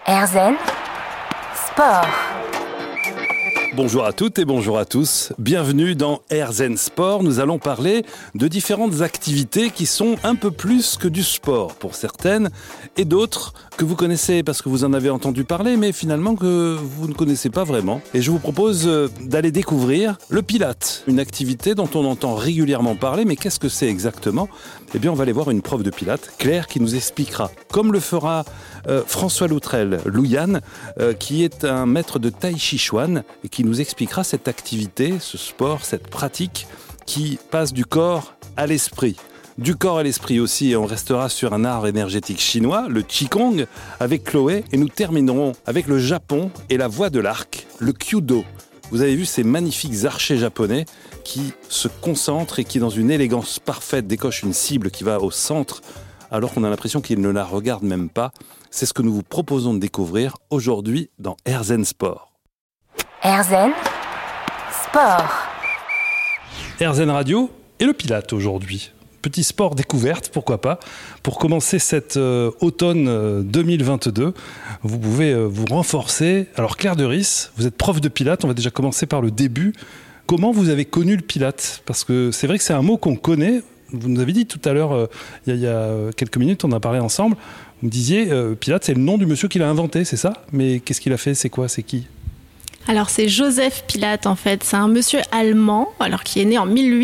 RZN Sport. Bonjour à toutes et bonjour à tous. Bienvenue dans RZN Sport. Nous allons parler de différentes activités qui sont un peu plus que du sport pour certaines et d'autres que vous connaissez parce que vous en avez entendu parler mais finalement que vous ne connaissez pas vraiment. Et je vous propose d'aller découvrir le Pilates, une activité dont on entend régulièrement parler, mais qu'est-ce que c'est exactement ? Eh bien, on va aller voir une prof de Pilates, Claire, qui nous expliquera, comme le fera François Loutrel, Louyanne, qui est un maître de Tai Chi Chuan et qui nous expliquera cette activité, ce sport, cette pratique qui passe du corps à l'esprit. Du corps à l'esprit aussi, et on restera sur un art énergétique chinois, le Qigong, avec Chloé, et nous terminerons avec le Japon et la voie de l'arc, le Kyudo. Vous avez vu ces magnifiques archers japonais qui se concentrent et qui, dans une élégance parfaite, décochent une cible qui va au centre, alors qu'on a l'impression qu'ils ne la regardent même pas. C'est ce que nous vous proposons de découvrir aujourd'hui dans RZN Sport. RZN Sport. RZN Radio et le Pilates aujourd'hui. Petit sport découverte, pourquoi pas. Pour commencer cet automne 2022, vous pouvez vous renforcer. Alors Claire de Ris, vous êtes prof de Pilates, on va déjà commencer par le début. Comment vous avez connu le Pilates ? Parce que c'est vrai que c'est un mot qu'on connaît. Vous nous avez dit tout à l'heure, il y a quelques minutes, on a parlé ensemble. Vous me disiez, Pilates, c'est le nom du monsieur qui l'a inventé, c'est ça ? Mais qu'est-ce qu'il a fait ? C'est quoi ? C'est qui ? Alors c'est Joseph Pilates en fait, c'est un monsieur allemand, alors qui est né en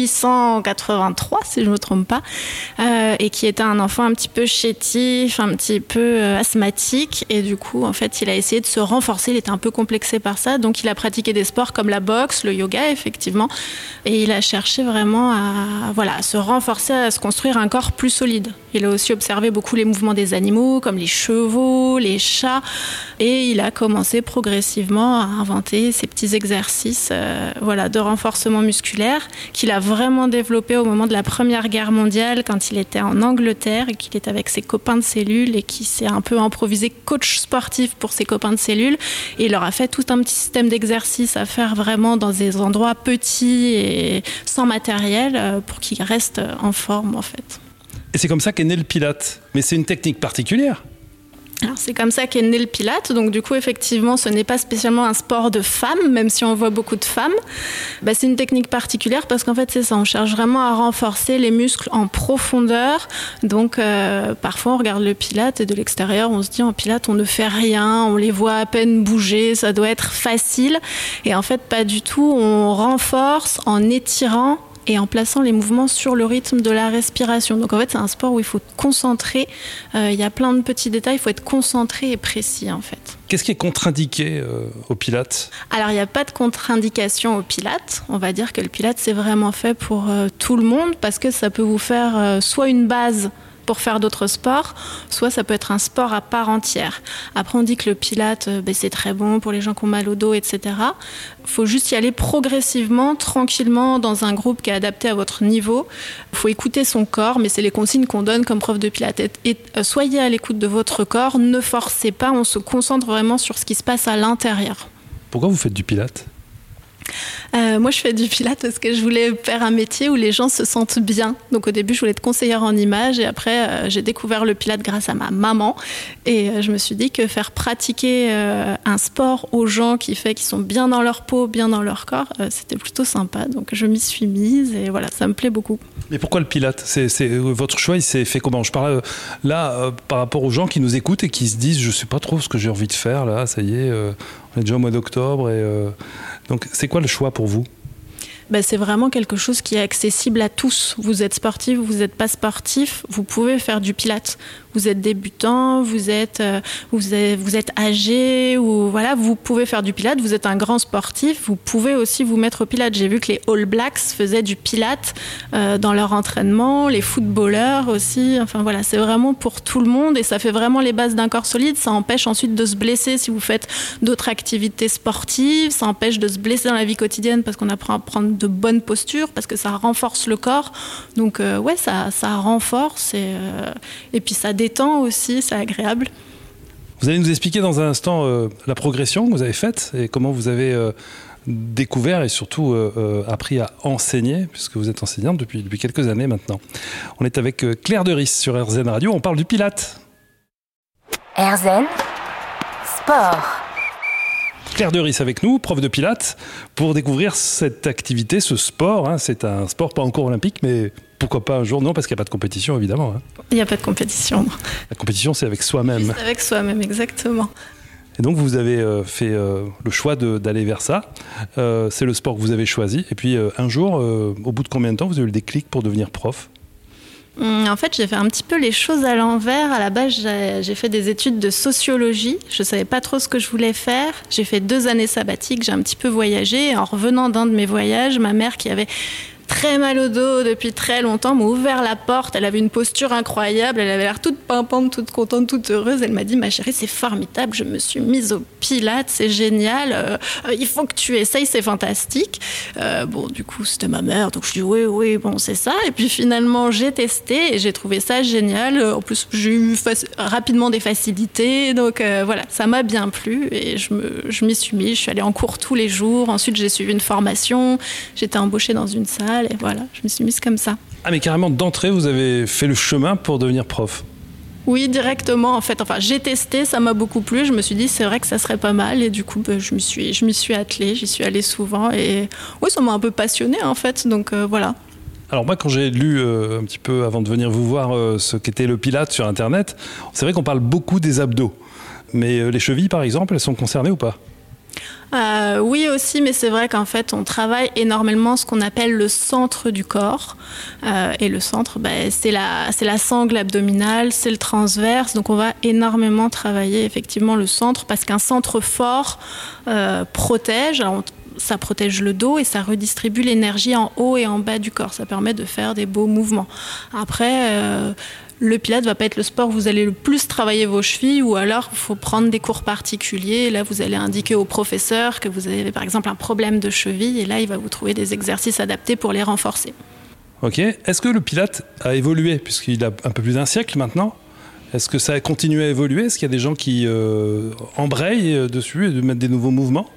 1883 si je ne me trompe pas, et qui était un enfant un petit peu chétif, un petit peu asthmatique, et du coup en fait il a essayé de se renforcer, il était un peu complexé par ça, donc il a pratiqué des sports comme la boxe, le yoga effectivement, et il a cherché vraiment à se renforcer, à se construire un corps plus solide. Il a aussi observé beaucoup les mouvements des animaux, comme les chevaux, les chats, et il a commencé progressivement à inventer ces petits exercices de renforcement musculaire qu'il a vraiment développé au moment de la Première Guerre mondiale, quand il était en Angleterre et qu'il était avec ses copains de cellule et qui s'est un peu improvisé coach sportif pour ses copains de cellule. Et il leur a fait tout un petit système d'exercices à faire vraiment dans des endroits petits et sans matériel pour qu'ils restent en forme en fait. Et c'est comme ça qu'est né le Pilates. Mais c'est une technique particulière. Alors c'est comme ça qu'est né le Pilates, donc du coup effectivement ce n'est pas spécialement un sport de femmes, même si on voit beaucoup de femmes. C'est une technique particulière parce qu'en fait c'est ça, on cherche vraiment à renforcer les muscles en profondeur, donc parfois on regarde le Pilates et de l'extérieur on se dit en Pilates on ne fait rien, on les voit à peine bouger, ça doit être facile, et en fait pas du tout, on renforce en étirant et en plaçant les mouvements sur le rythme de la respiration. Donc en fait, c'est un sport où il faut être concentré. Il y a plein de petits détails, il faut être concentré et précis en fait. Qu'est-ce qui est contre-indiqué au Pilates ? Alors, il n'y a pas de contre-indication au Pilates. On va dire que le Pilates, c'est vraiment fait pour tout le monde parce que ça peut vous faire soit une base pour faire d'autres sports, soit ça peut être un sport à part entière. Après, on dit que le Pilates, c'est très bon pour les gens qui ont mal au dos, etc. Il faut juste y aller progressivement, tranquillement, dans un groupe qui est adapté à votre niveau. Il faut écouter son corps, mais c'est les consignes qu'on donne comme prof de Pilates. Et soyez à l'écoute de votre corps, ne forcez pas, on se concentre vraiment sur ce qui se passe à l'intérieur. Pourquoi vous faites du Pilates ? Moi, je fais du Pilates parce que je voulais faire un métier où les gens se sentent bien. Donc, au début, je voulais être conseillère en images et après, j'ai découvert le Pilates grâce à ma maman. Et je me suis dit que faire pratiquer un sport aux gens qui fait qu'ils sont bien dans leur peau, bien dans leur corps, c'était plutôt sympa. Donc, je m'y suis mise et voilà, ça me plaît beaucoup. Mais pourquoi le Pilates ? C'est votre choix, il s'est fait comment ? Je parle là par rapport aux gens qui nous écoutent et qui se disent « je ne sais pas trop ce que j'ai envie de faire, là, ça y est, on est déjà au mois d'octobre. » Donc, c'est quoi le choix pour vous ? C'est vraiment quelque chose qui est accessible à tous. Vous êtes sportif, vous n'êtes pas sportif, vous pouvez faire du Pilates. Vous êtes débutant, vous êtes âgé, ou voilà, vous pouvez faire du Pilates. Vous êtes un grand sportif, vous pouvez aussi vous mettre au Pilates. J'ai vu que les All Blacks faisaient du Pilates dans leur entraînement, les footballeurs aussi. Enfin voilà, c'est vraiment pour tout le monde et ça fait vraiment les bases d'un corps solide. Ça empêche ensuite de se blesser si vous faites d'autres activités sportives. Ça empêche de se blesser dans la vie quotidienne parce qu'on apprend à prendre de bonnes postures, parce que ça renforce le corps. Donc ça renforce et puis ça détend aussi, c'est agréable. Vous allez nous expliquer dans un instant la progression que vous avez faite et comment vous avez découvert et surtout appris à enseigner, puisque vous êtes enseignante depuis quelques années maintenant. On est avec Claire de Ris sur RZN Radio, on parle du Pilates. RZN Sport. Claire de Ris avec nous, prof de pilates, pour découvrir cette activité, ce sport. C'est un sport pas encore olympique, mais pourquoi pas un jour? Non, parce qu'il n'y a pas de compétition, évidemment. Il n'y a pas de compétition. Non. La compétition, c'est avec soi-même. C'est avec soi-même, exactement. Et donc, vous avez fait le choix d'aller vers ça. C'est le sport que vous avez choisi. Et puis, un jour, au bout de combien de temps, vous avez eu le déclic pour devenir prof? En fait, j'ai fait un petit peu les choses à l'envers. À la base, j'ai fait des études de sociologie. Je ne savais pas trop ce que je voulais faire. J'ai fait 2 années sabbatiques. J'ai un petit peu voyagé. En revenant d'un de mes voyages, ma mère, qui avait très mal au dos depuis très longtemps, m'a ouvert la porte. Elle avait une posture incroyable. Elle avait l'air toute pimpante, toute contente, toute heureuse. Elle m'a dit: ma chérie, c'est formidable. Je me suis mise au pilates. C'est génial. Il faut que tu essayes. C'est fantastique. Bon, du coup, c'était ma mère. Donc, je dis oui, bon, c'est ça. Et puis, finalement, j'ai testé et j'ai trouvé ça génial. En plus, j'ai eu rapidement des facilités. Donc, voilà, ça m'a bien plu. Et je m'y suis mise. Je suis allée en cours tous les jours. Ensuite, j'ai suivi une formation. J'étais embauchée dans une salle. Et voilà, je me suis mise comme ça. Ah, mais carrément, d'entrée, vous avez fait le chemin pour devenir prof? Oui, directement, en fait. Enfin, j'ai testé, ça m'a beaucoup plu. Je me suis dit, c'est vrai que ça serait pas mal. Et du coup, je m'y suis attelée. J'y suis allée souvent. Et oui, ça m'a un peu passionnée, en fait. Donc, voilà. Alors moi, quand j'ai lu un petit peu avant de venir vous voir ce qu'était le Pilates sur Internet, c'est vrai qu'on parle beaucoup des abdos. Mais les chevilles, par exemple, elles sont concernées ou pas? Oui aussi, mais c'est vrai qu'en fait on travaille énormément ce qu'on appelle le centre du corps, et le centre, c'est la sangle abdominale, c'est le transverse, donc on va énormément travailler effectivement le centre, parce qu'un centre fort protège. Alors, ça protège le dos et ça redistribue l'énergie en haut et en bas du corps. Ça permet de faire des beaux mouvements. Après, le Pilates ne va pas être le sport où vous allez le plus travailler vos chevilles, ou alors il faut prendre des cours particuliers. Là, vous allez indiquer au professeur que vous avez par exemple un problème de cheville, et là, il va vous trouver des exercices adaptés pour les renforcer. Ok. Est-ce que le Pilates a évolué, puisqu'il a un peu plus d'1 siècle maintenant? Est-ce que ça a continué à évoluer? Est-ce qu'il y a des gens qui embrayent dessus et de mettre des nouveaux mouvements?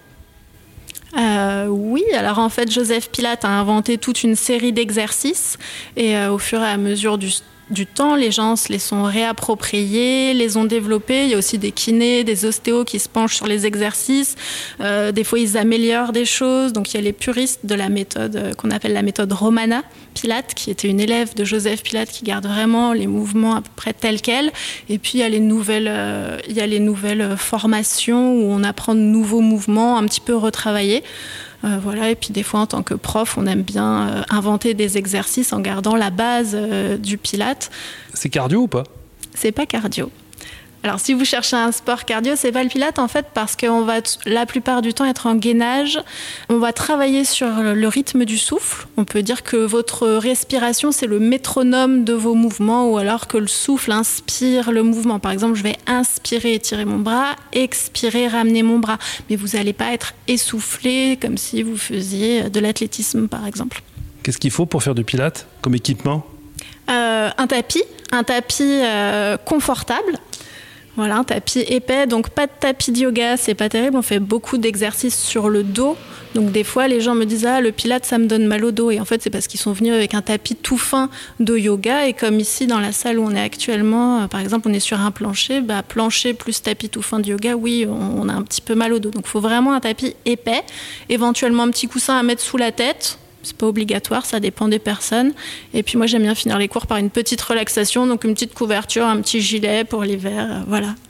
Oui, alors en fait, Joseph Pilates a inventé toute une série d'exercices, et au fur et à mesure du temps, les gens se les sont réappropriés, les ont développés. Il y a aussi des kinés, des ostéos qui se penchent sur les exercices. Des fois, ils améliorent des choses. Donc, il y a les puristes de la méthode qu'on appelle la méthode Romana Pilates, qui était une élève de Joseph Pilates, qui garde vraiment les mouvements à peu près tels quels. Et puis, il y a les nouvelles formations où on apprend de nouveaux mouvements un petit peu retravaillés. Voilà. Et puis des fois, en tant que prof, on aime bien inventer des exercices en gardant la base du Pilates. C'est cardio ou pas? C'est pas cardio. Alors, si vous cherchez un sport cardio, c'est pas le Pilates, en fait, parce qu'on va la plupart du temps être en gainage. On va travailler sur le rythme du souffle. On peut dire que votre respiration, c'est le métronome de vos mouvements, ou alors que le souffle inspire le mouvement. Par exemple, je vais inspirer, étirer mon bras, expirer, ramener mon bras. Mais vous n'allez pas être essoufflé comme si vous faisiez de l'athlétisme, par exemple. Qu'est-ce qu'il faut pour faire du Pilates comme équipement? Un tapis confortable. Voilà, un tapis épais, donc pas de tapis de yoga, c'est pas terrible. On fait beaucoup d'exercices sur le dos. Donc des fois, les gens me disent « Ah, le Pilates, ça me donne mal au dos ». Et en fait, c'est parce qu'ils sont venus avec un tapis tout fin de yoga. Et comme ici, dans la salle où on est actuellement, par exemple, on est sur un plancher, plancher plus tapis tout fin de yoga, oui, on a un petit peu mal au dos. Donc il faut vraiment un tapis épais, éventuellement un petit coussin à mettre sous la tête. C'est pas obligatoire, ça dépend des personnes. Et puis moi, j'aime bien finir les cours par une petite relaxation, donc une petite couverture, un petit gilet pour l'hiver, voilà.